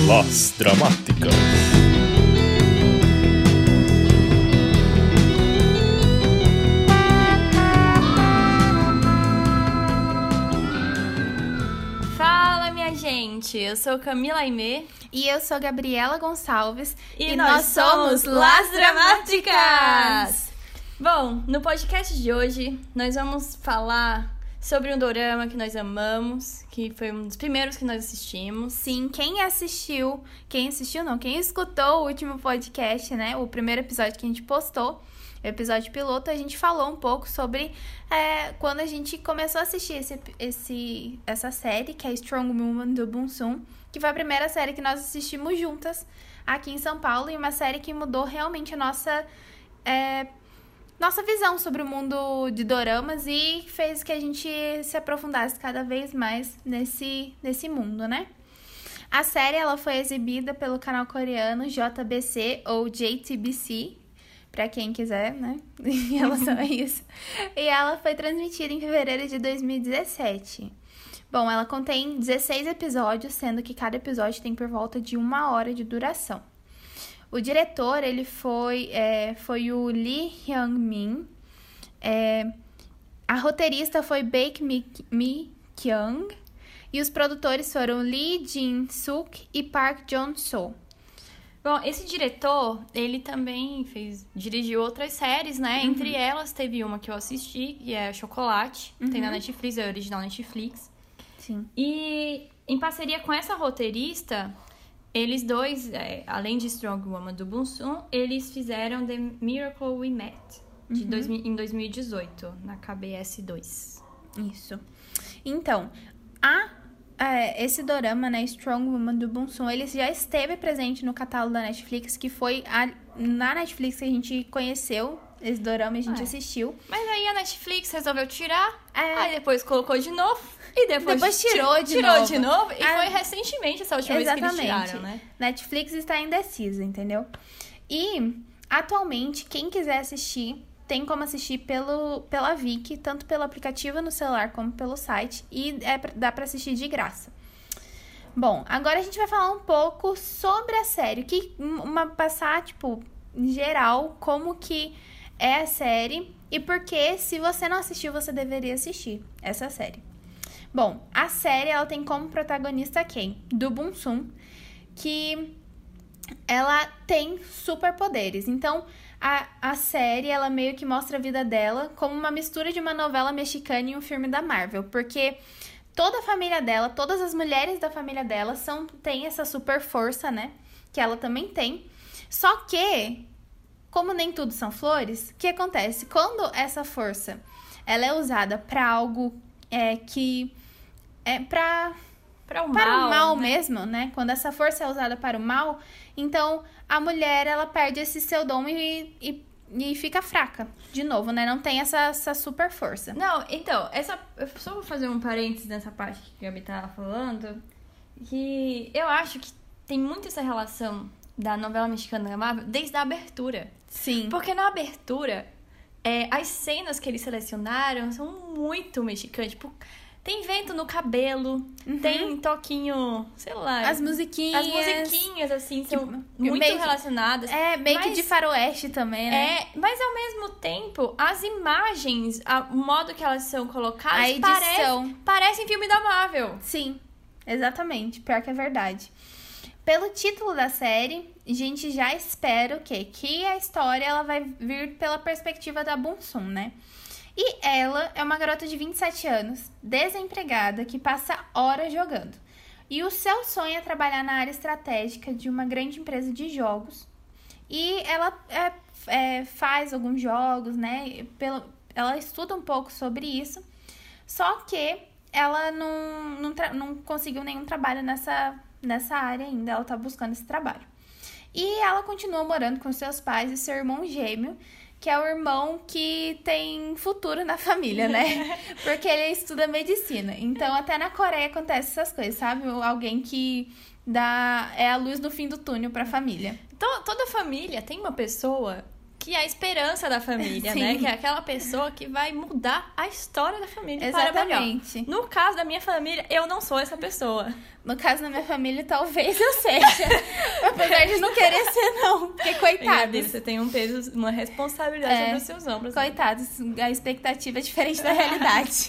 Las Dramáticas. Fala, minha gente! Eu sou Camila Aimee. E eu sou Gabriela Gonçalves. E nós somos Las Dramáticas! Bom, no podcast de hoje, nós vamos falar sobre um dorama que nós amamos, que foi um dos primeiros que nós assistimos. Sim, quem escutou o último podcast, né? O primeiro episódio que a gente postou, o episódio piloto, a gente falou um pouco sobre quando a gente começou a assistir essa série, que é Strong Woman do Bong-soon, que foi a primeira série que nós assistimos juntas aqui em São Paulo, e uma série que mudou realmente a nossa visão sobre o mundo de doramas e fez que a gente se aprofundasse cada vez mais nesse mundo, né? A série ela foi exibida pelo canal coreano JBC ou JTBC, pra quem quiser, né? Em relação a isso. E ela foi transmitida em fevereiro de 2017. Bom, ela contém 16 episódios, sendo que cada episódio tem por volta de 1 hora de duração. O diretor, ele foi o Lee Hyung-min. A roteirista foi Baek Mi-kyung. E os produtores foram Lee Jin-suk e Park Jong-soo. Bom, esse diretor, ele também dirigiu outras séries, né? Uhum. Entre elas, teve uma que eu assisti, que é Chocolate. Tem na Netflix, é original Netflix. Sim. E em parceria com essa roteirista, eles dois, além de Strong Woman do Bong-soon, eles fizeram The Miracle We Met, em 2018, na KBS 2. Isso. Então, esse dorama, né, Strong Woman do Bong-soon, ele já esteve presente no catálogo da Netflix, que foi na Netflix que a gente conheceu esse dorama e a gente assistiu. Mas aí a Netflix resolveu tirar, aí depois colocou de novo, e depois tirou de novo. E foi recentemente essa última vez que eles tiraram, né? Netflix está indecisa, entendeu? E, atualmente, quem quiser assistir, tem como assistir pela Viki, tanto pelo aplicativo no celular como pelo site, e dá pra assistir de graça. Bom, agora a gente vai falar um pouco sobre a série, passar, em geral, como que é a série e por que, se você não assistiu, você deveria assistir essa série. Bom, a série, ela tem como protagonista quem? Do Bong-soon, que ela tem superpoderes. Então, a série, ela meio que mostra a vida dela como uma mistura de uma novela mexicana e um filme da Marvel. Porque toda a família dela, todas as mulheres da família dela têm essa super força, né? Que ela também tem. Só que, como nem tudo são flores, o que acontece? Quando essa força ela é usada para algo que é para o mal, né? Mesmo, né? Quando essa força é usada para o mal, então a mulher, ela perde esse seu dom e fica fraca de novo, né? Não tem essa super força. Não, então, eu só vou fazer um parênteses nessa parte que a Gabi tava falando, que eu acho que tem muito essa relação da novela mexicana da Marvel desde a abertura. Sim. Porque na abertura, as cenas que eles selecionaram são muito mexicanas, tipo, tem vento no cabelo, tem toquinho, sei lá. As musiquinhas, assim, são muito relacionadas. Meio que de faroeste também, né? Mas ao mesmo tempo, as imagens, o modo que elas são colocadas, a edição parecem filme da Marvel. Sim, exatamente. Pior que é verdade. Pelo título da série, a gente já espera o quê? Que a história ela vai vir pela perspectiva da Bong-soon, né? E ela é uma garota de 27 anos, desempregada, que passa horas jogando. E o seu sonho é trabalhar na área estratégica de uma grande empresa de jogos. E ela faz alguns jogos, né? Ela estuda um pouco sobre isso. Só que ela não conseguiu nenhum trabalho nessa área ainda. Ela tá buscando esse trabalho. E ela continua morando com seus pais e seu irmão gêmeo, que é o irmão que tem futuro na família, né? Porque ele estuda medicina. Então, até na Coreia acontece essas coisas, sabe? Alguém que é a luz no fim do túnel pra família. Então, toda família tem uma pessoa que é a esperança da família, Sim. né? Que é aquela pessoa que vai mudar a história da família para melhor. Exatamente. No caso da minha família, eu não sou essa pessoa. No caso da minha família, talvez eu seja. Apesar de não querer ser, não. Porque, coitados. Você tem um peso, uma responsabilidade sobre os seus ombros. Coitados, a expectativa é diferente da realidade.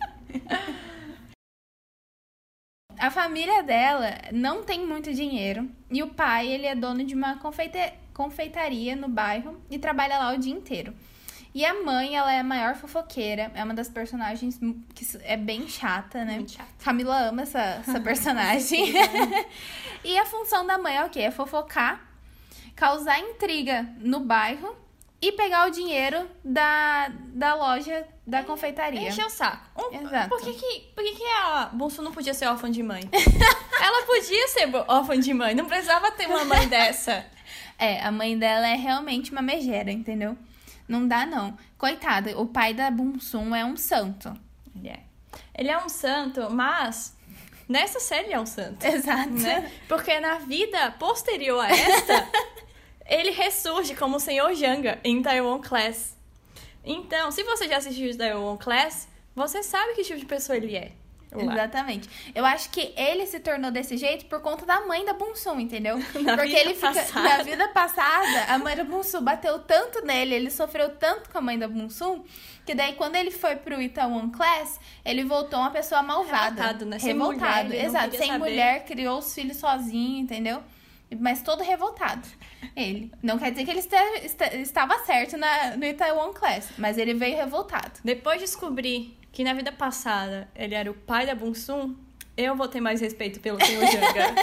A família dela não tem muito dinheiro. E o pai, ele é dono de uma confeitaria no bairro e trabalha lá o dia inteiro. E a mãe, ela é a maior fofoqueira. É uma das personagens que é bem chata, né? Muito chata. Camila ama essa personagem. E a função da mãe é o quê? É fofocar, causar intriga no bairro e pegar o dinheiro da loja da confeitaria. Encher o saco. Exato. Por que a Bonsu não podia ser órfã de mãe? Ela podia ser órfã de mãe. Não precisava ter uma mãe dessa. A mãe dela é realmente uma megera, entendeu? Não dá, não. Coitada, o pai da Bunsum é um santo. Ele é um santo, mas nessa série ele é um santo. Exato. Né? Porque na vida posterior a esta, ele ressurge como o Senhor Janga em Taiwan Class. Então, se você já assistiu Taiwan Class, você sabe que tipo de pessoa ele é. Exatamente. Eu acho que ele se tornou desse jeito por conta da mãe da Bunsum, entendeu? Na vida passada, a mãe da Bunsum bateu tanto nele, ele sofreu tanto com a mãe da Bunsum, que daí quando ele foi pro Itaewon Class, ele voltou uma pessoa malvada. Revoltado, né? Revoltado, sem mulher, exato. Sem saber. mulher, criou os filhos sozinho, entendeu? Mas todo revoltado. Ele. Não quer dizer que ele estava certo no Itaewon Class, mas ele veio revoltado. Depois de descobrir que na vida passada ele era o pai da Bunsum, eu vou ter mais respeito pelo Senhor Janga.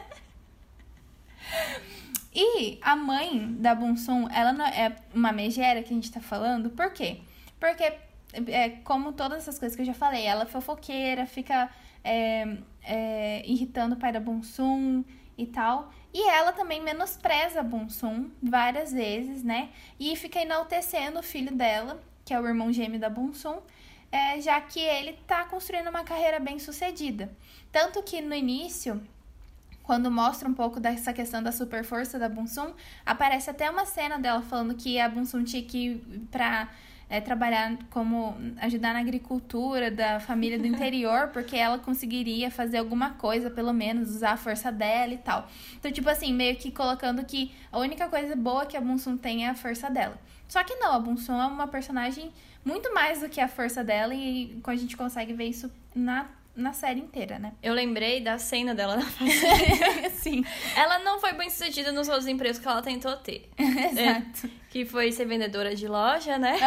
E a mãe da Bunsum, ela não é uma megera que a gente tá falando, por quê? Porque, como todas essas coisas que eu já falei, ela é fofoqueira, fica irritando o pai da Bunsum e tal. E ela também menospreza a Bunsum várias vezes, né? E fica enaltecendo o filho dela, que é o irmão gêmeo da Bunsum, já que ele tá construindo uma carreira bem sucedida. Tanto que no início, quando mostra um pouco dessa questão da super força da Bunsum, aparece até uma cena dela falando que a Bunsum tinha que ir pra trabalhar como ajudar na agricultura da família do interior, porque ela conseguiria fazer alguma coisa, pelo menos, usar a força dela e tal. Então, tipo assim, meio que colocando que a única coisa boa que a Bunsum tem é a força dela. Só que não, a Bunsum é uma personagem muito mais do que a força dela e a gente consegue ver isso na série inteira, né? Eu lembrei da cena dela na fazenda. Sim. Ela não foi bem sucedida nos outros empregos que ela tentou ter. Exato. Que foi ser vendedora de loja, né?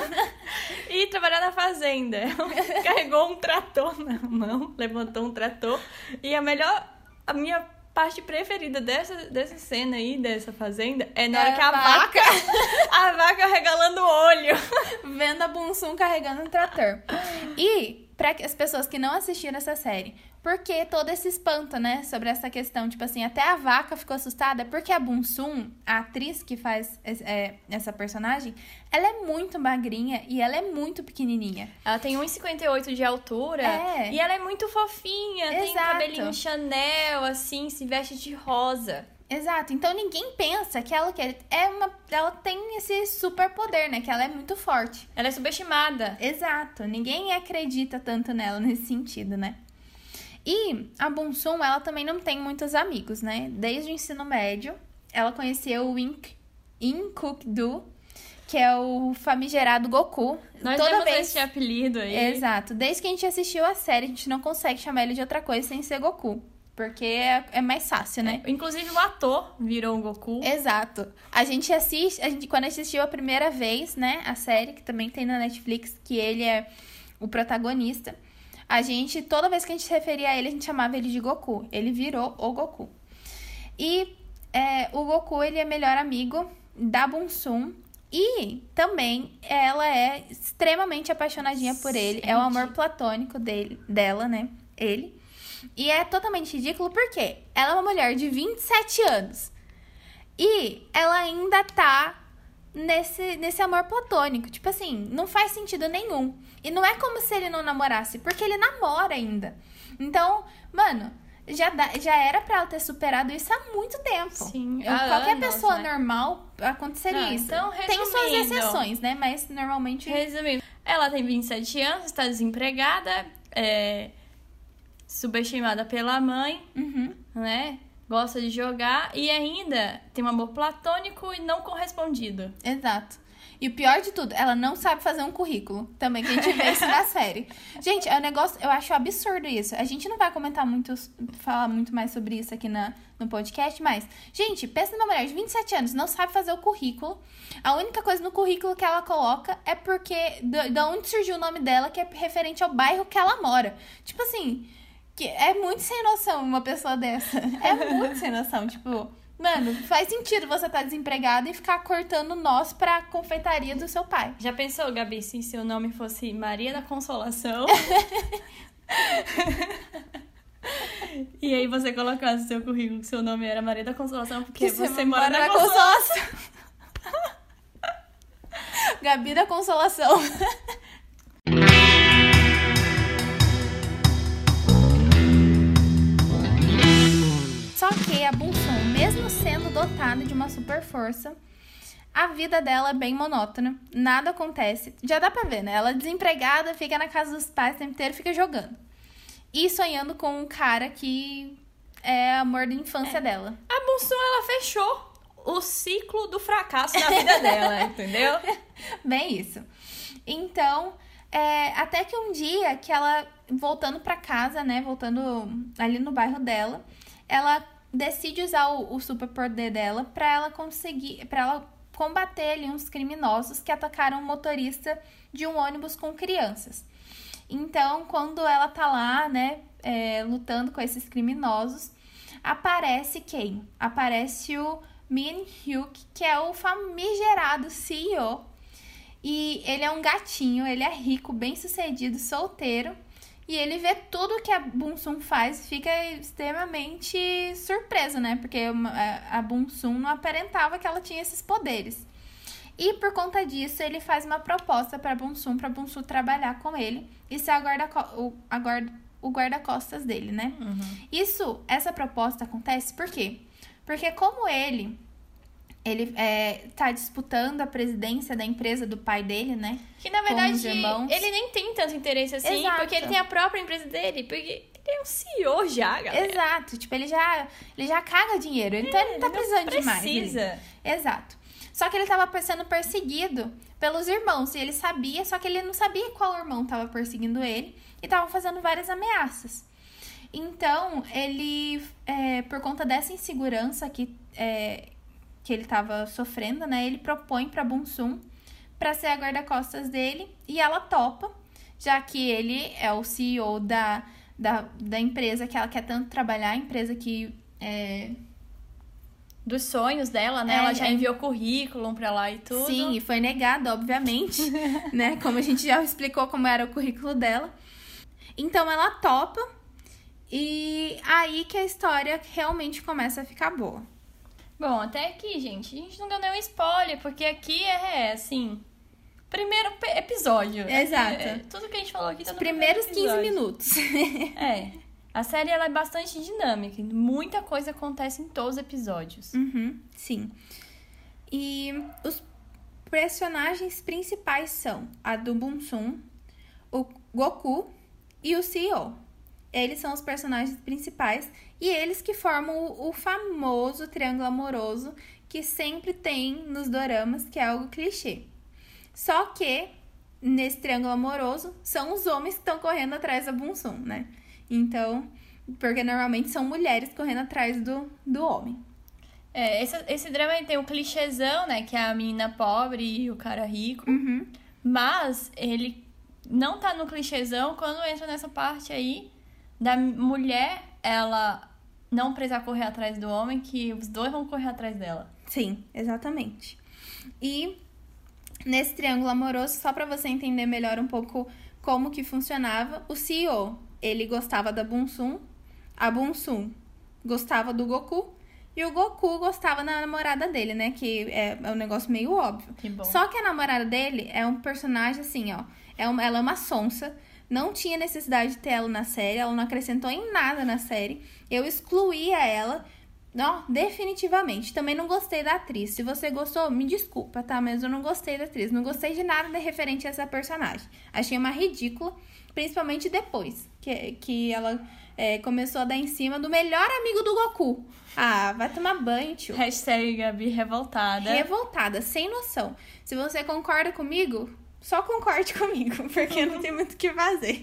E trabalhar na fazenda. Ela carregou um trator na mão, levantou um trator. E a minha parte preferida dessa cena aí, dessa fazenda, é na hora que a vaca regalando o olho. Vendo a Bunsum carregando um trator. E, para as pessoas que não assistiram essa série, por que todo esse espanto, né, sobre essa questão? Tipo assim, até a vaca ficou assustada, porque a Bunsum, a atriz que faz essa personagem, ela é muito magrinha e ela é muito pequenininha. Ela tem 1,58 de altura e ela é muito fofinha, tem cabelinho Chanel, assim, se veste de rosa. Exato, então ninguém pensa que ela ela tem esse superpoder, né? Que ela é muito forte. Ela é subestimada. Exato, ninguém acredita tanto nela nesse sentido, né? E a Bunsum, ela também não tem muitos amigos, né? Desde o ensino médio, ela conheceu o In Kuk-do, que é o famigerado Goku. Nós temos esse apelido aí. Exato, desde que a gente assistiu a série, a gente não consegue chamar ele de outra coisa sem ser Goku. Porque é mais fácil, né? Inclusive, o ator virou um Goku. Exato. Quando assistiu a primeira vez, né? A série, que também tem na Netflix, que ele é o protagonista. Toda vez que a gente se referia a ele, a gente chamava ele de Goku. Ele virou o Goku. E o Goku, ele é melhor amigo da Bunsum. E também ela é extremamente apaixonadinha por ele. É o amor platônico dela, né? Ele. E é totalmente ridículo porque ela é uma mulher de 27 anos. E ela ainda tá nesse amor platônico. Tipo assim, não faz sentido nenhum. E não é como se ele não namorasse, porque ele namora ainda. Então, mano, já era pra ela ter superado isso há muito tempo. Sim, Qualquer anos, pessoa né? normal aconteceria isso. Então, Tem suas resumindo. exceções, né? Mas normalmente... Resumindo, ela tem 27 anos, está desempregada, subestimada pela mãe, né? Gosta de jogar e ainda tem um amor platônico e não correspondido. Exato. E o pior de tudo, ela não sabe fazer um currículo. Também que a gente vê isso na série. Gente, é um negócio... Eu acho absurdo isso. A gente não vai falar muito mais sobre isso aqui no podcast, mas... Gente, pensa numa mulher de 27 anos, não sabe fazer o currículo. A única coisa no currículo que ela coloca é porque... Da onde surgiu o nome dela, que é referente ao bairro que ela mora. Tipo assim... Que é muito sem noção uma pessoa dessa. É muito sem noção, tipo... Mano, faz sentido você estar desempregado e ficar cortando nós pra confeitaria do seu pai. Já pensou, Gabi, se seu nome fosse Maria da Consolação? E aí você colocasse no seu currículo que seu nome era Maria da Consolação porque você mora na Consolação. Gabi da Consolação. Só que a Bunsum, mesmo sendo dotada de uma super força, a vida dela é bem monótona, nada acontece. Já dá pra ver, né? Ela é desempregada, fica na casa dos pais o tempo inteiro, fica jogando. E sonhando com um cara que é amor da infância dela. A Bunsum, ela fechou o ciclo do fracasso na vida dela, entendeu? Bem isso. Então, até que um dia que ela, voltando pra casa, né? Voltando ali no bairro dela, ela decide usar o superpoder dela pra ela combater ali uns criminosos que atacaram um motorista de um ônibus com crianças. Então, quando ela tá lá, né, lutando com esses criminosos, aparece quem? Aparece o Min-hyuk, que é o famigerado CEO. E ele é um gatinho, ele é rico, bem-sucedido, solteiro. E ele vê tudo que a Bunsum faz e fica extremamente surpreso, né? Porque a Bunsum não aparentava que ela tinha esses poderes. E por conta disso, ele faz uma proposta pra Bunsum trabalhar com ele e ser o guarda-costas dele, né? Essa proposta acontece por quê? Porque como ele tá disputando a presidência da empresa do pai dele, né? Que, na verdade, com os irmãos. ele nem tem tanto interesse assim, Exato. porque ele tem a própria empresa dele, porque ele é um CEO já, galera. Exato. Tipo, ele já caga dinheiro, então ele não tá precisando de mais. Precisa. Exato. Só que ele tava sendo perseguido pelos irmãos, e ele sabia, só que ele não sabia qual irmão tava perseguindo ele, e tava fazendo várias ameaças. Então, ele, por conta dessa insegurança que ele tava sofrendo, né? Ele propõe pra Bunsum pra ser a guarda-costas dele e ela topa, já que ele é o CEO da empresa que ela quer tanto trabalhar, a empresa que Dos sonhos dela, né? Ela já enviou currículo pra lá e tudo. Sim, e foi negado, obviamente, né? Como a gente já explicou como era o currículo dela. Então ela topa e aí que a história realmente começa a ficar boa. Bom, até aqui, gente, a gente não deu nenhum spoiler, porque aqui assim, primeiro episódio. Exato. Tudo que a gente falou aqui tá no Primeiros primeiro 15 minutos. A série ela é bastante dinâmica, muita coisa acontece em todos os episódios. Sim. E os personagens principais são a do Bunsum, o Goku e o CEO. Eles são os personagens principais e eles que formam o famoso triângulo amoroso que sempre tem nos doramas, que é algo clichê. Só que, nesse triângulo amoroso, são os homens que estão correndo atrás da Bunsum, né? Então, porque normalmente são mulheres correndo atrás do homem. Esse drama tem um clichêzão, né? Que é a menina pobre e o cara rico. Mas ele não tá no clichêzão quando entra nessa parte aí da mulher, ela não precisar correr atrás do homem, que os dois vão correr atrás dela. Sim, exatamente. E nesse triângulo amoroso, só pra você entender melhor um pouco como que funcionava, o CEO, ele gostava da Bunsum, a Bunsum gostava do Goku, e o Goku gostava da namorada dele, né? Que é um negócio meio óbvio. Que bom. Só que a namorada dele é um personagem assim, ó. Ela é uma sonsa, Não tinha necessidade de ter ela na série. Ela não acrescentou em nada na série. Eu excluía ela. Não, definitivamente. Também não gostei da atriz. Se você gostou, me desculpa, tá? Mas eu não gostei da atriz. Não gostei de nada referente a essa personagem. Achei uma ridícula. Principalmente depois que ela começou a dar em cima do melhor amigo do Goku. Ah, vai tomar banho, tio. Hashtag Gabi revoltada. Revoltada, sem noção. Se você concorda comigo, só concorde comigo, porque não tem muito o que fazer.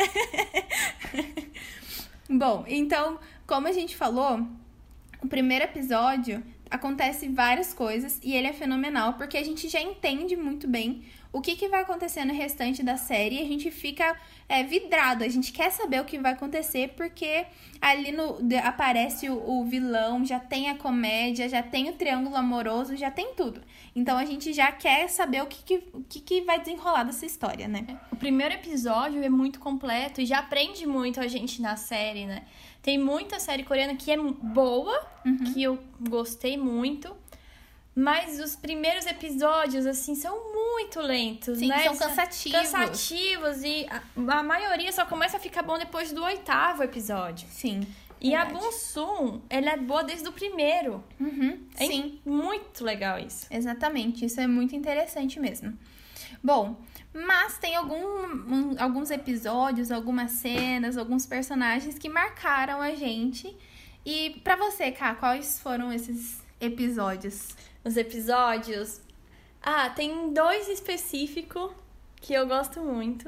Bom, então, como a gente falou, o primeiro episódio acontece várias coisas e ele é fenomenal, porque a gente já entende muito bem o que vai acontecer no restante da série e a gente fica vidrado, a gente quer saber o que vai acontecer, porque ali aparece o vilão, já tem a comédia, já tem o triângulo amoroso, já tem tudo. Então a gente já quer saber o que vai desenrolar dessa história, né? O primeiro episódio é muito completo e já prende muito a gente na série, né? Tem muita série coreana que é boa, que eu gostei muito, mas os primeiros episódios, assim, são muito lentos, Sim, né? são cansativos. Cansativos e a maioria só começa a ficar bom depois do 8º episódio. Sim. E verdade. a Bong-soon, ela é boa desde o primeiro. É sim. Muito legal isso. Exatamente, isso é muito interessante mesmo. Bom, mas tem alguns episódios, algumas cenas, alguns personagens que marcaram a gente. E pra você, Ká, quais foram esses episódios? Os episódios... tem 2 específicos que eu gosto muito.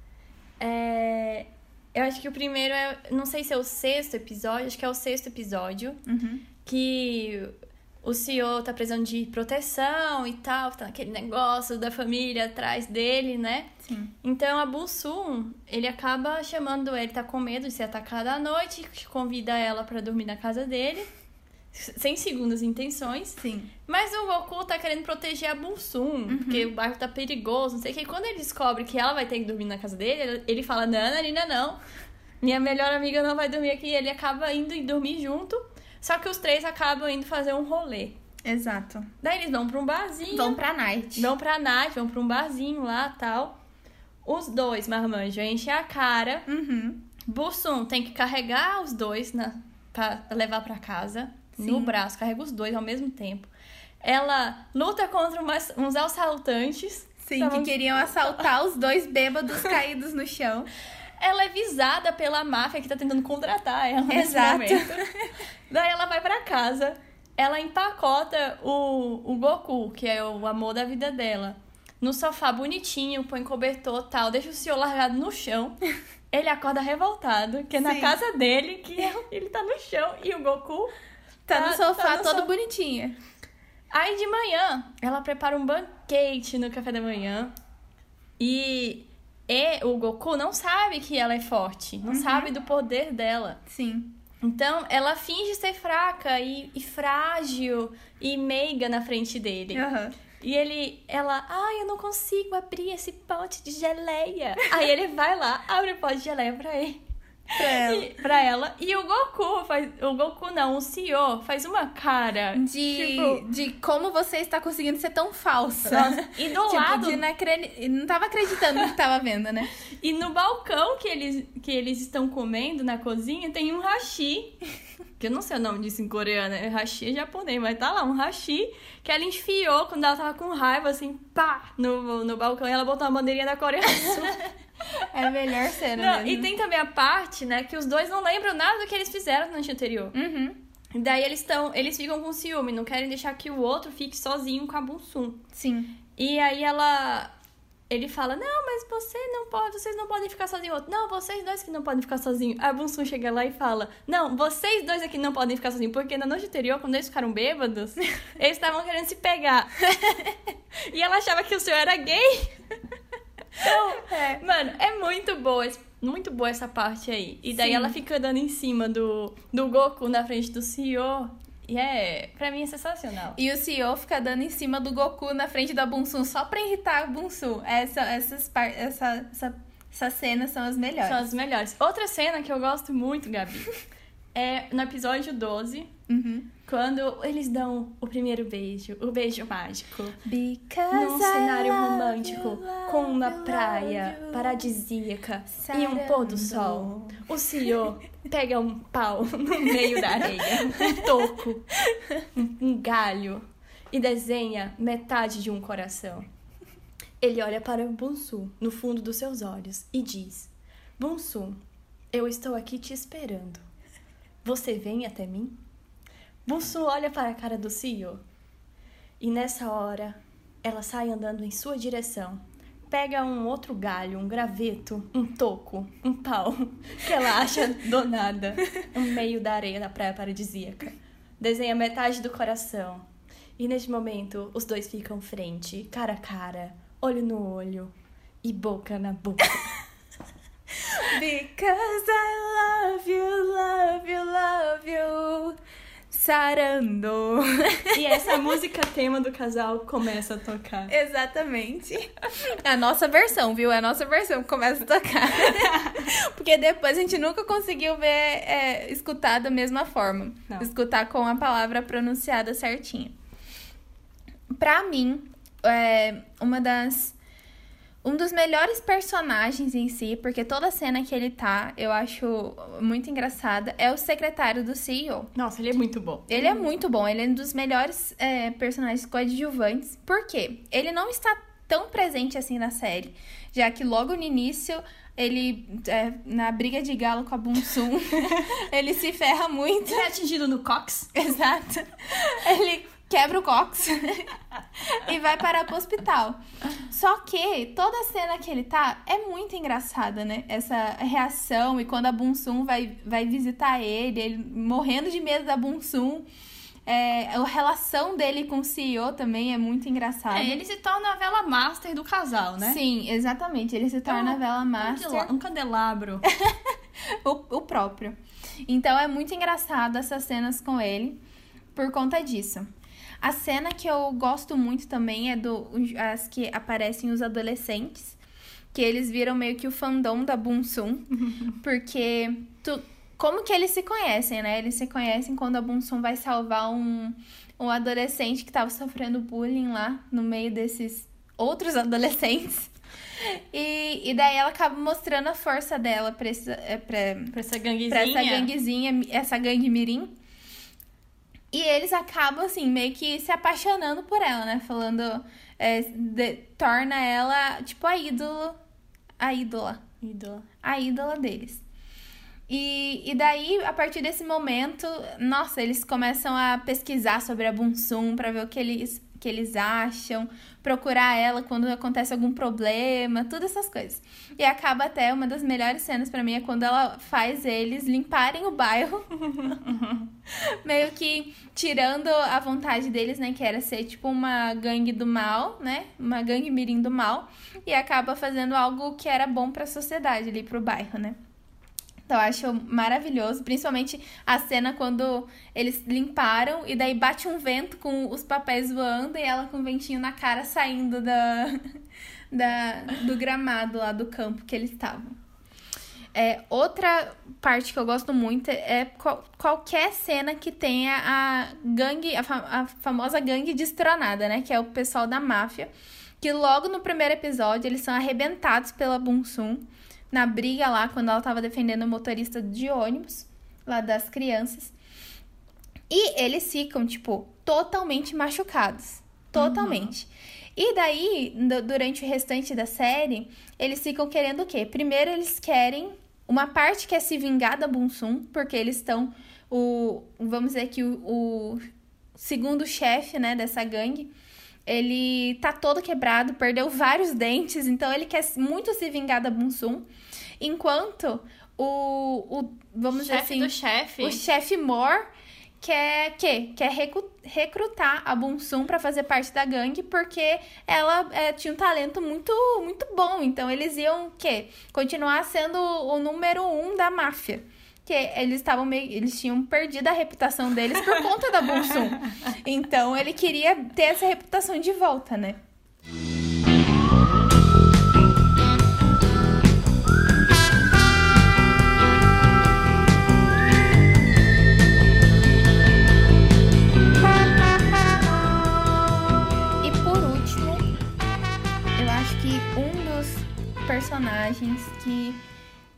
Eu acho que o primeiro não sei se é o 6º episódio, acho que é o 6º episódio. Que o CEO tá precisando de proteção e tal, tá naquele negócio da família atrás dele, né? Sim. Então a Bong-soon, ele acaba chamando ele, tá com medo de ser atacado à noite, convida ela pra dormir na casa dele, sem segundas intenções. Sim. Mas o Goku tá querendo proteger a Bong-soon, porque o bairro tá perigoso, não sei o que. E quando ele descobre que ela vai ter que dormir na casa dele, ele fala, não, Narina, não. Minha melhor amiga não vai dormir aqui. E ele acaba indo e dormir junto. Só que os 3 acabam indo fazer um rolê. Exato. Daí eles vão pra um barzinho. Vão pra night. Vão pra um barzinho lá e tal. Os 2, marmanjo, enchem a cara. Bong-soon tem que carregar os 2 pra levar pra casa. Sim. No braço, carrega os 2 ao mesmo tempo. Ela luta contra uns assaltantes. Sim, que queriam assaltar os 2 bêbados caídos no chão. Ela é visada pela máfia que tá tentando contratar ela Exato. nesse momento. Daí ela vai pra casa, ela empacota o Goku, que é o amor da vida dela, no sofá bonitinho, põe cobertor e tal, deixa o senhor largado no chão. Ele acorda revoltado, que é na casa dele, que ele tá no chão e o Goku tá no sofá todo sofá. bonitinho. Aí de manhã, ela prepara um banquete no café da manhã e o Goku não sabe que ela é forte, não sabe do poder dela. Sim. Então, ela finge ser fraca e frágil e meiga na frente dele. E ela, eu não consigo abrir esse pote de geleia. Aí ele vai lá, abre o pote de geleia pra ele. Pra ela. E o CEO faz uma cara de como você está conseguindo ser tão falsa. Nossa, e do lado... não tava acreditando no que tava vendo, né? E no balcão que eles estão comendo na cozinha, tem um hashi. Que eu não sei o nome disso em coreano, hashi é japonês, mas tá lá, um hashi que ela enfiou quando ela tava com raiva, assim, pá, no balcão, e ela botou uma bandeirinha da Coreia do Sul. É a melhor cena mesmo. E tem também a parte, né, que os 2 não lembram nada do que eles fizeram na noite anterior. Daí eles ficam com ciúme, não querem deixar que o outro fique sozinho com a Bong-soon. Sim. E aí ele fala, não, mas vocês não podem ficar sozinhos. Não, vocês 2 que não podem ficar sozinhos. A Bong-soon chega lá e fala, não, vocês 2 aqui não podem ficar sozinhos, porque na noite anterior, quando eles ficaram bêbados, eles estavam querendo se pegar. E ela achava que o senhor era gay. Então, mano, é muito boa essa parte aí. E daí ela fica dando em cima do Goku na frente do CEO. E pra mim é sensacional. E o CEO fica dando em cima do Goku na frente da Bong-soon só pra irritar a Bong-soon. Essas cenas são as melhores. São as melhores. Outra cena que eu gosto muito, Gabi, É no episódio 12, quando eles dão o primeiro beijo, o beijo mágico. Num cenário romântico, com uma praia paradisíaca e um pôr do sol. O senhor pega um pau no meio da areia, um toco, um galho, e desenha metade de um coração. Ele olha para Bunsu no fundo dos seus olhos e diz: Bunsu, eu estou aqui te esperando. Você vem até mim? Bunsu olha para a cara do Seo. E nessa hora, ela sai andando em sua direção. Pega um outro galho, um graveto, um toco, um pau, que ela acha do nada, no meio da areia da praia paradisíaca. Desenha metade do coração. E neste momento, os dois ficam frente, cara a cara, olho no olho e boca na boca. Because I love you, love you, love you. Sarando. E essa música tema do casal começa a tocar. Exatamente. É a nossa versão, viu? É a nossa versão que começa a tocar. Porque depois a gente nunca conseguiu ver, escutar da mesma forma. Não. Escutar com a palavra pronunciada certinha. Pra mim, um dos melhores personagens em si, porque toda cena que ele tá, eu acho muito engraçada, é o secretário do CEO. Nossa, ele é muito bom. Ele é muito bom, ele é um dos melhores personagens coadjuvantes. Por quê? Ele não está tão presente assim na série, já que logo no início, ele, na briga de galo com a Bunsum, ele se ferra muito. Ele é atingido no cox. Exato. Ele quebra o cox e vai parar pro hospital. Só que toda a cena que ele tá é muito engraçada, né? Essa reação, e quando a Bunsum vai visitar ele morrendo de medo da Bunsum. A relação dele com o CEO também é muito engraçada. Ele se torna a vela master do casal, né? Sim, exatamente. Ele se torna a vela master. Um candelabro. o próprio. Então é muito engraçado essas cenas com ele por conta disso. A cena que eu gosto muito também é as que aparecem os adolescentes, que eles viram meio que o fandom da Bunsum, porque como que eles se conhecem, né? Eles se conhecem quando a Bunsum vai salvar um adolescente que tava sofrendo bullying lá no meio desses outros adolescentes. E daí ela acaba mostrando a força dela pra essa ganguezinha, essa gangue mirim. E eles acabam, assim, meio que se apaixonando por ela, né? Falando, torna ela, tipo, a ídola deles. E daí, a partir desse momento, nossa, eles começam a pesquisar sobre a Bunsum pra ver o que eles acham, procurar ela quando acontece algum problema, todas essas coisas. E acaba até, uma das melhores cenas pra mim é quando ela faz eles limparem o bairro, meio que tirando a vontade deles, né, que era ser tipo uma gangue do mal, né, uma gangue mirim do mal, e acaba fazendo algo que era bom pra sociedade ali, pro bairro, né. Então, eu acho maravilhoso, principalmente a cena quando eles limparam e daí bate um vento com os papéis voando e ela com o ventinho na cara saindo do gramado lá do campo que eles estavam. Outra parte que eu gosto muito é qualquer cena que tenha a gangue, a famosa gangue destronada, né? Que é o pessoal da máfia, que logo no primeiro episódio eles são arrebentados pela Bunsum, na briga lá, quando ela tava defendendo o motorista de ônibus, lá das crianças. E eles ficam, tipo, totalmente machucados. Totalmente. E daí, durante o restante da série, eles ficam querendo o quê? Primeiro, eles querem... Uma parte quer se vingar da Bunsum, porque eles estão... Vamos dizer que o segundo chefe, né, dessa gangue... Ele tá todo quebrado, perdeu vários dentes, então ele quer muito se vingar da Bunsum. Enquanto vamos dizer assim, o chefe Moore quer recrutar a Bunsum pra fazer parte da gangue, porque ela tinha um talento muito, muito bom. Então eles iam continuar sendo o número 1 da máfia. Que eles tinham perdido a reputação deles por conta da Bunsum. Então, ele queria ter essa reputação de volta, né?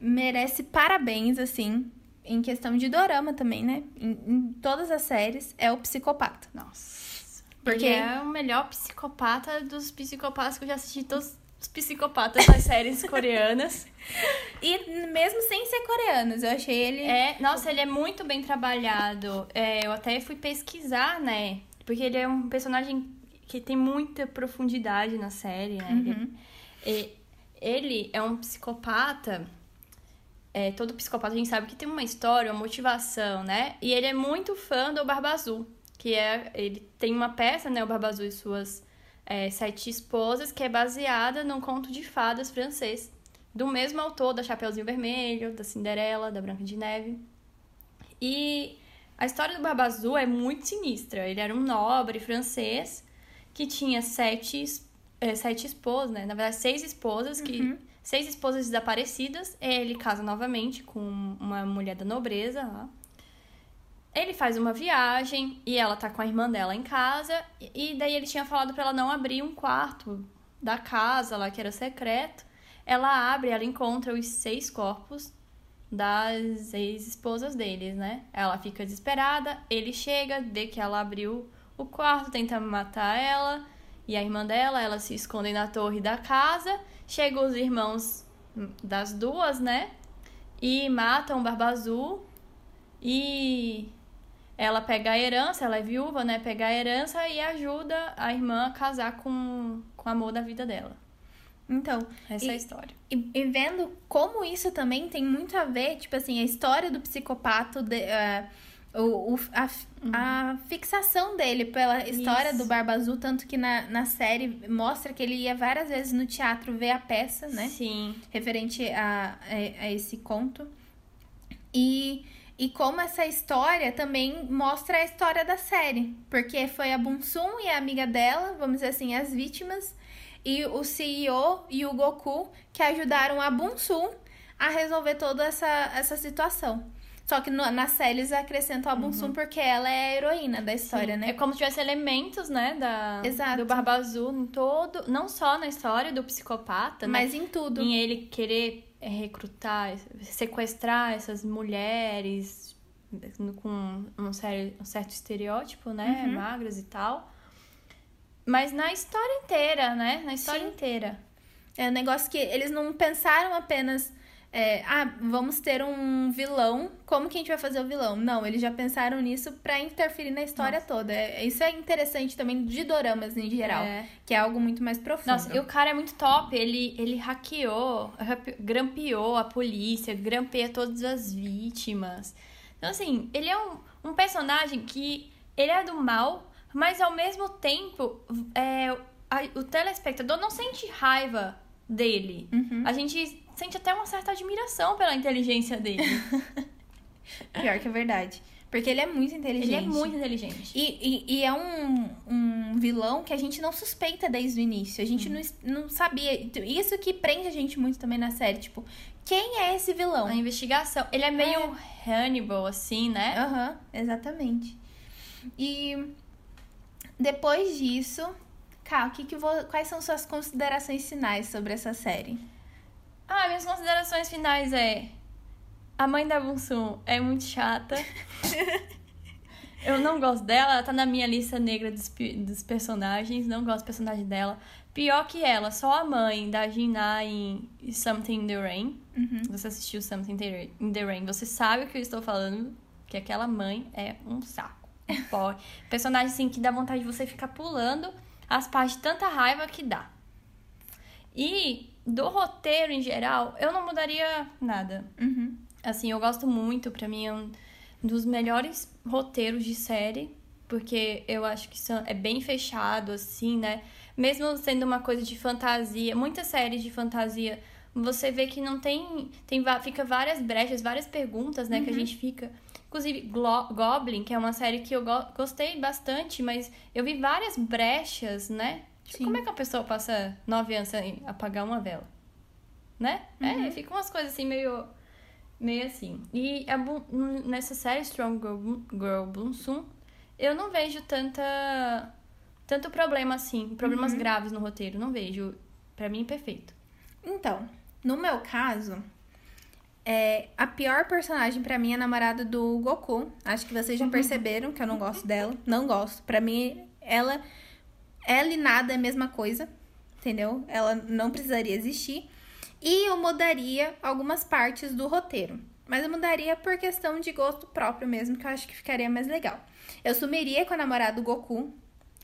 merece parabéns, assim, em questão de dorama também, né? Em todas as séries, é o Psicopata. Nossa. Porque Ele é o melhor psicopata dos psicopatas que eu já assisti, todos os psicopatas das séries coreanas. E mesmo sem ser coreanos, eu achei ele... Nossa, ele é muito bem trabalhado. Eu até fui pesquisar, né? Porque ele é um personagem que tem muita profundidade na série, né? Ele é um psicopata... todo psicopata a gente sabe que tem uma história, uma motivação, né? E ele é muito fã do Barba Azul, ele tem uma peça, né? O Barba Azul e suas 7 esposas, que é baseada num conto de fadas francês, do mesmo autor da Chapeuzinho Vermelho, da Cinderela, da Branca de Neve. E a história do Barba Azul é muito sinistra. Ele era um nobre francês que tinha 7 esposas, né? Na verdade, 6 esposas, 6 esposas desaparecidas. Ele casa novamente com uma mulher da nobreza lá. Ele faz uma viagem e ela tá com a irmã dela em casa. E daí ele tinha falado pra ela não abrir um quarto da casa lá, que era secreto. Ela abre, ela encontra os 6 corpos das ex-esposas deles, né? Ela fica desesperada, ele chega, vê que ela abriu o quarto, tenta matar ela e a irmã dela, elas se escondem na torre da casa. Chegam os irmãos das duas, né? E matam o Barba Azul. E ela pega a herança, ela é viúva, né? Pega a herança e ajuda a irmã a casar com o amor da vida dela. Então, essa é a história. E vendo como isso também tem muito a ver, tipo assim, a história do psicopata, a fixação dele pela história do Barba Azul, tanto que na série mostra que ele ia várias vezes no teatro ver a peça, né? Sim. Referente a esse conto. E como essa história também mostra a história da série. Porque foi a Bum-Sum e a amiga dela, vamos dizer assim, as vítimas, e o CEO e o Goku, que ajudaram a Bum-Sum a resolver toda essa situação. Só que na série eles acrescentam a Bum-Sum porque ela é a heroína da história, né? É como se tivesse elementos, né, Exato. do Barba Azul em todo... Não só na história do psicopata, mas né? em tudo. Em ele querer recrutar, sequestrar essas mulheres com um certo estereótipo, né? Magras e tal. Mas na história inteira, né? Na história inteira. É um negócio que eles não pensaram apenas... vamos ter um vilão, como que a gente vai fazer o vilão? Não, eles já pensaram nisso pra interferir na história toda. Isso é interessante também de doramas em geral, que é algo muito mais profundo. Nossa, e o cara é muito top, ele hackeou, grampeou a polícia, grampeia todas as vítimas. Então, assim, ele é um personagem que ele é do mal, mas ao mesmo tempo o telespectador não sente raiva dele. A gente sente até uma certa admiração pela inteligência dele. Pior que é verdade. Porque ele é muito inteligente. Ele é muito inteligente. E é um vilão que a gente não suspeita desde o início. A gente não sabia. Isso que prende a gente muito também na série. Tipo, quem é esse vilão? A investigação. Ele é meio Hannibal, assim, né? Exatamente. E depois disso... Ká, quais são suas considerações finais sobre essa série? Minhas considerações finais a mãe da Bum-Sum é muito chata. Eu não gosto dela, ela tá na minha lista negra dos personagens. Não gosto do personagem dela. Pior que ela, só a mãe da Jin-Na em Something in the Rain. Você assistiu Something in the Rain, você sabe o que eu estou falando. Que aquela mãe é um saco. Personagem assim que dá vontade de você ficar pulando as partes de tanta raiva que dá. E do roteiro em geral, eu não mudaria nada. Assim, eu gosto muito, pra mim é um dos melhores roteiros de série, porque eu acho que é bem fechado, assim, né? Mesmo sendo uma coisa de fantasia, muitas séries de fantasia, você vê que não fica várias brechas, várias perguntas, né? Que a gente fica... Inclusive, Goblin, que é uma série que eu gostei bastante, mas eu vi várias brechas, né? Tipo, como é que a pessoa passa 9 anos sem apagar uma vela? Né? Fica umas coisas assim, meio assim. E nessa série, Strong Girl Bum-Sum, eu não vejo tanto problema assim, problemas graves no roteiro. Não vejo. Pra mim, perfeito. Então, no meu caso... A pior personagem pra mim é a namorada do Goku. Acho que vocês já perceberam que eu não gosto dela. Não gosto. Pra mim, ela e nada é a mesma coisa. Entendeu? Ela não precisaria existir. E eu mudaria algumas partes do roteiro. Mas eu mudaria por questão de gosto próprio mesmo, que eu acho que ficaria mais legal. Eu sumiria com a namorada do Goku.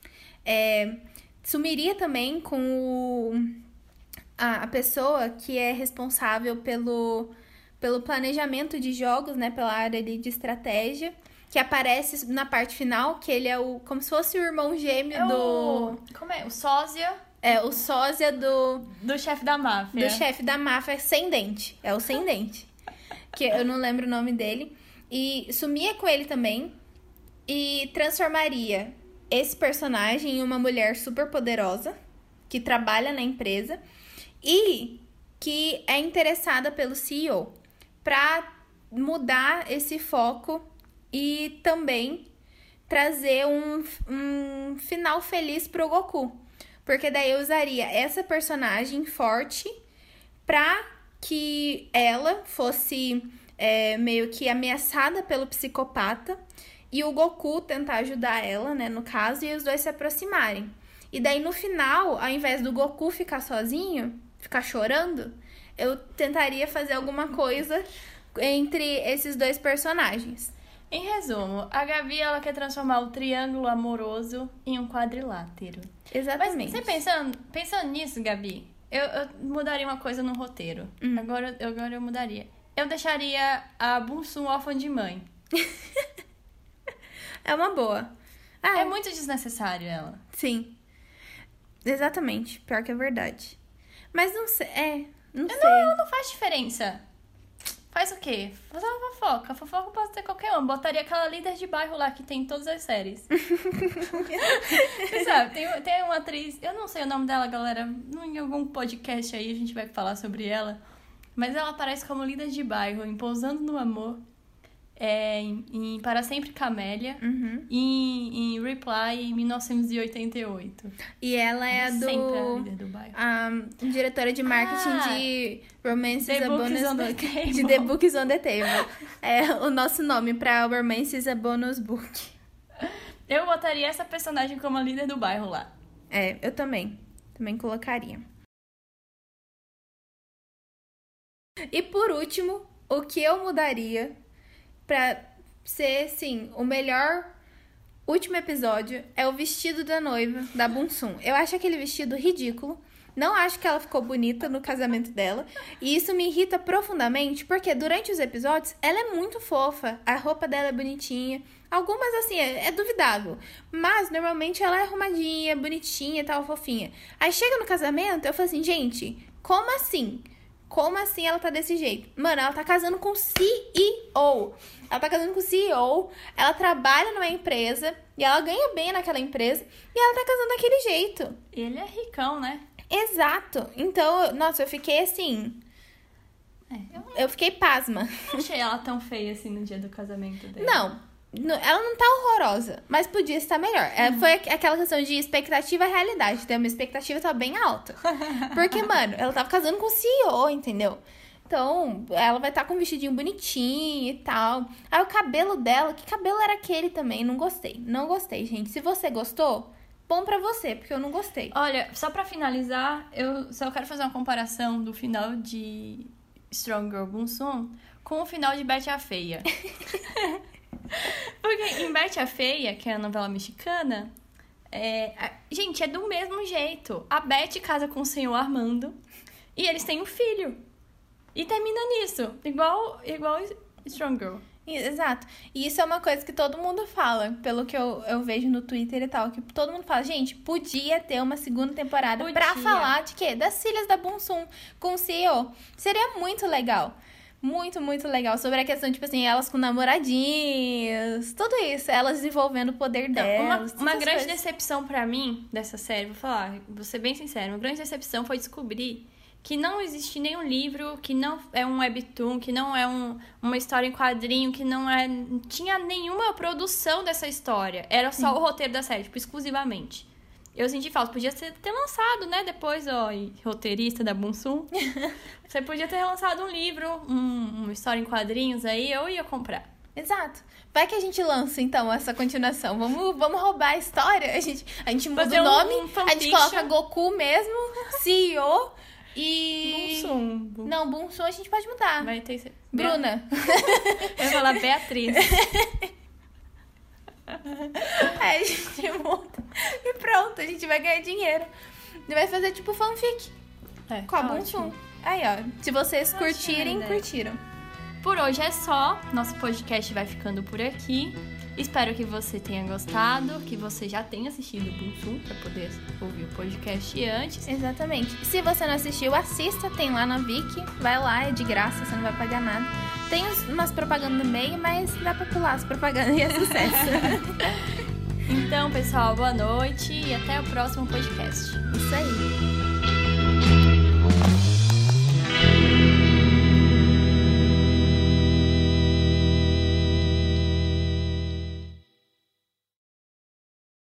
Sumiria também com a pessoa que é responsável pelo planejamento de jogos, né? Pela área ali de estratégia. Que aparece na parte final, que ele é como se fosse o irmão gêmeo Como é? O sósia... o sósia do chefe da máfia. Do chefe da máfia sem dente. É o sem dente. Que eu não lembro o nome dele. E sumia com ele também. E transformaria esse personagem em uma mulher super poderosa. Que trabalha na empresa. E que é interessada pelo CEO. Pra mudar esse foco. E também trazer um final feliz pro Goku. Porque daí eu usaria essa personagem forte pra que ela fosse meio que ameaçada pelo psicopata e o Goku tentar ajudar ela, né, no caso, e os dois se aproximarem. E daí no final, ao invés do Goku ficar sozinho, ficar chorando, eu tentaria fazer alguma coisa entre esses dois personagens. Em resumo, a Gabi, ela quer transformar o triângulo amoroso em um quadrilátero. Exatamente. Mas você pensando nisso, Gabi, eu mudaria uma coisa no roteiro. Agora eu mudaria. Eu deixaria a Bunsum órfã de mãe. É uma boa. É muito desnecessário ela. Sim. Exatamente. Pior que é verdade. Mas não sei. Não sei. Não faz diferença. Faz o quê? Fazer uma fofoca. A fofoca pode ter qualquer um. Botaria aquela líder de bairro lá que tem em todas as séries. Você sabe, tem uma atriz... Eu não sei o nome dela, galera. Em algum podcast aí a gente vai falar sobre ela. Mas ela aparece como líder de bairro em Pousando no Amor. Em Para Sempre Camélia. Em Reply, em 1988. E ela é Sempre a líder do bairro. A diretora de marketing de Romance is a Bonus Book. De The Book is on the Table. É o nosso nome pra Romance is a Bonus Book. Eu botaria essa personagem como a líder do bairro lá. Eu também. Também colocaria. E por último, o que eu mudaria pra ser, sim, o melhor último episódio é o vestido da noiva da Bunsum. Eu acho aquele vestido ridículo. Não acho que ela ficou bonita no casamento dela. E isso me irrita profundamente, porque durante os episódios ela é muito fofa. A roupa dela é bonitinha. Algumas, assim, é duvidável. Mas, normalmente, ela é arrumadinha, bonitinha e tal, fofinha. Aí chega no casamento, eu falo assim, gente, como assim? Como assim ela tá desse jeito? Mano, ela tá casando com o CEO. Ela tá casando com o CEO. Ela trabalha numa empresa. E ela ganha bem naquela empresa. E ela tá casando daquele jeito. Ele é ricão, né? Exato. Então, nossa, eu fiquei assim... Eu fiquei pasma. Não achei ela tão feia assim no dia do casamento dela. Não. Ela não tá horrorosa, mas podia estar melhor. Foi aquela questão de expectativa e realidade. Então, a minha expectativa tá bem alta. Porque, mano, ela tava casando com o CEO, entendeu? Então, ela vai estar com um vestidinho bonitinho e tal. Aí, o cabelo dela, que cabelo era aquele também? Não gostei. Não gostei, gente. Se você gostou, bom pra você, porque eu não gostei. Olha, só pra finalizar, eu só quero fazer uma comparação do final de Strong Girl Bunsum com o final de Betty a Feia. Porque em Betty a Feia, que é a novela mexicana, gente, é do mesmo jeito. A Betty casa com o senhor Armando e eles têm um filho. E termina nisso. Igual Strong Girl. Exato. E isso é uma coisa que todo mundo fala, pelo que eu vejo no Twitter e tal, que todo mundo fala, gente, podia ter uma segunda temporada pra falar de quê? Das filhas da Bunsum com o CEO. Seria muito legal. Muito, muito legal. Sobre a questão, tipo assim, elas com namoradinhos, tudo isso. Elas desenvolvendo o poder delas. Uma grande decepção pra mim dessa série, vou ser bem sincera, uma grande decepção foi descobrir que não existe nenhum livro, que não é um webtoon, que não é uma história em quadrinho, que não tinha nenhuma produção dessa história. Era só o roteiro da série, tipo, exclusivamente. Eu senti falta. Podia ter lançado, né? Depois, ó, roteirista da Bunsum. Você podia ter lançado um livro, uma história em quadrinhos aí, eu ia comprar. Exato. Vai que a gente lança, então, essa continuação. Vamos roubar a história. A gente muda Fazer o nome, um a gente coloca Goku mesmo, CEO e... Bunsum. Não, Bunsum a gente pode mudar. Vai ter... Bruna. Eu ia falar Beatriz. Aí a gente muda e pronto, a gente vai ganhar dinheiro. E vai fazer tipo fanfic com a Bunsum. Aí, ó, se vocês curtirem, curtiram. Por hoje é só. Nosso podcast vai ficando por aqui. Espero que você tenha gostado, que você já tenha assistido o Bunsum para poder ouvir o podcast antes. Exatamente. Se você não assistiu, assista, tem lá na Viki. Vai lá, é de graça, você não vai pagar nada. Tem umas propagandas no meio, mas dá pra pular as propagandas e é sucesso. Então, pessoal, boa noite e até o próximo podcast. Isso aí.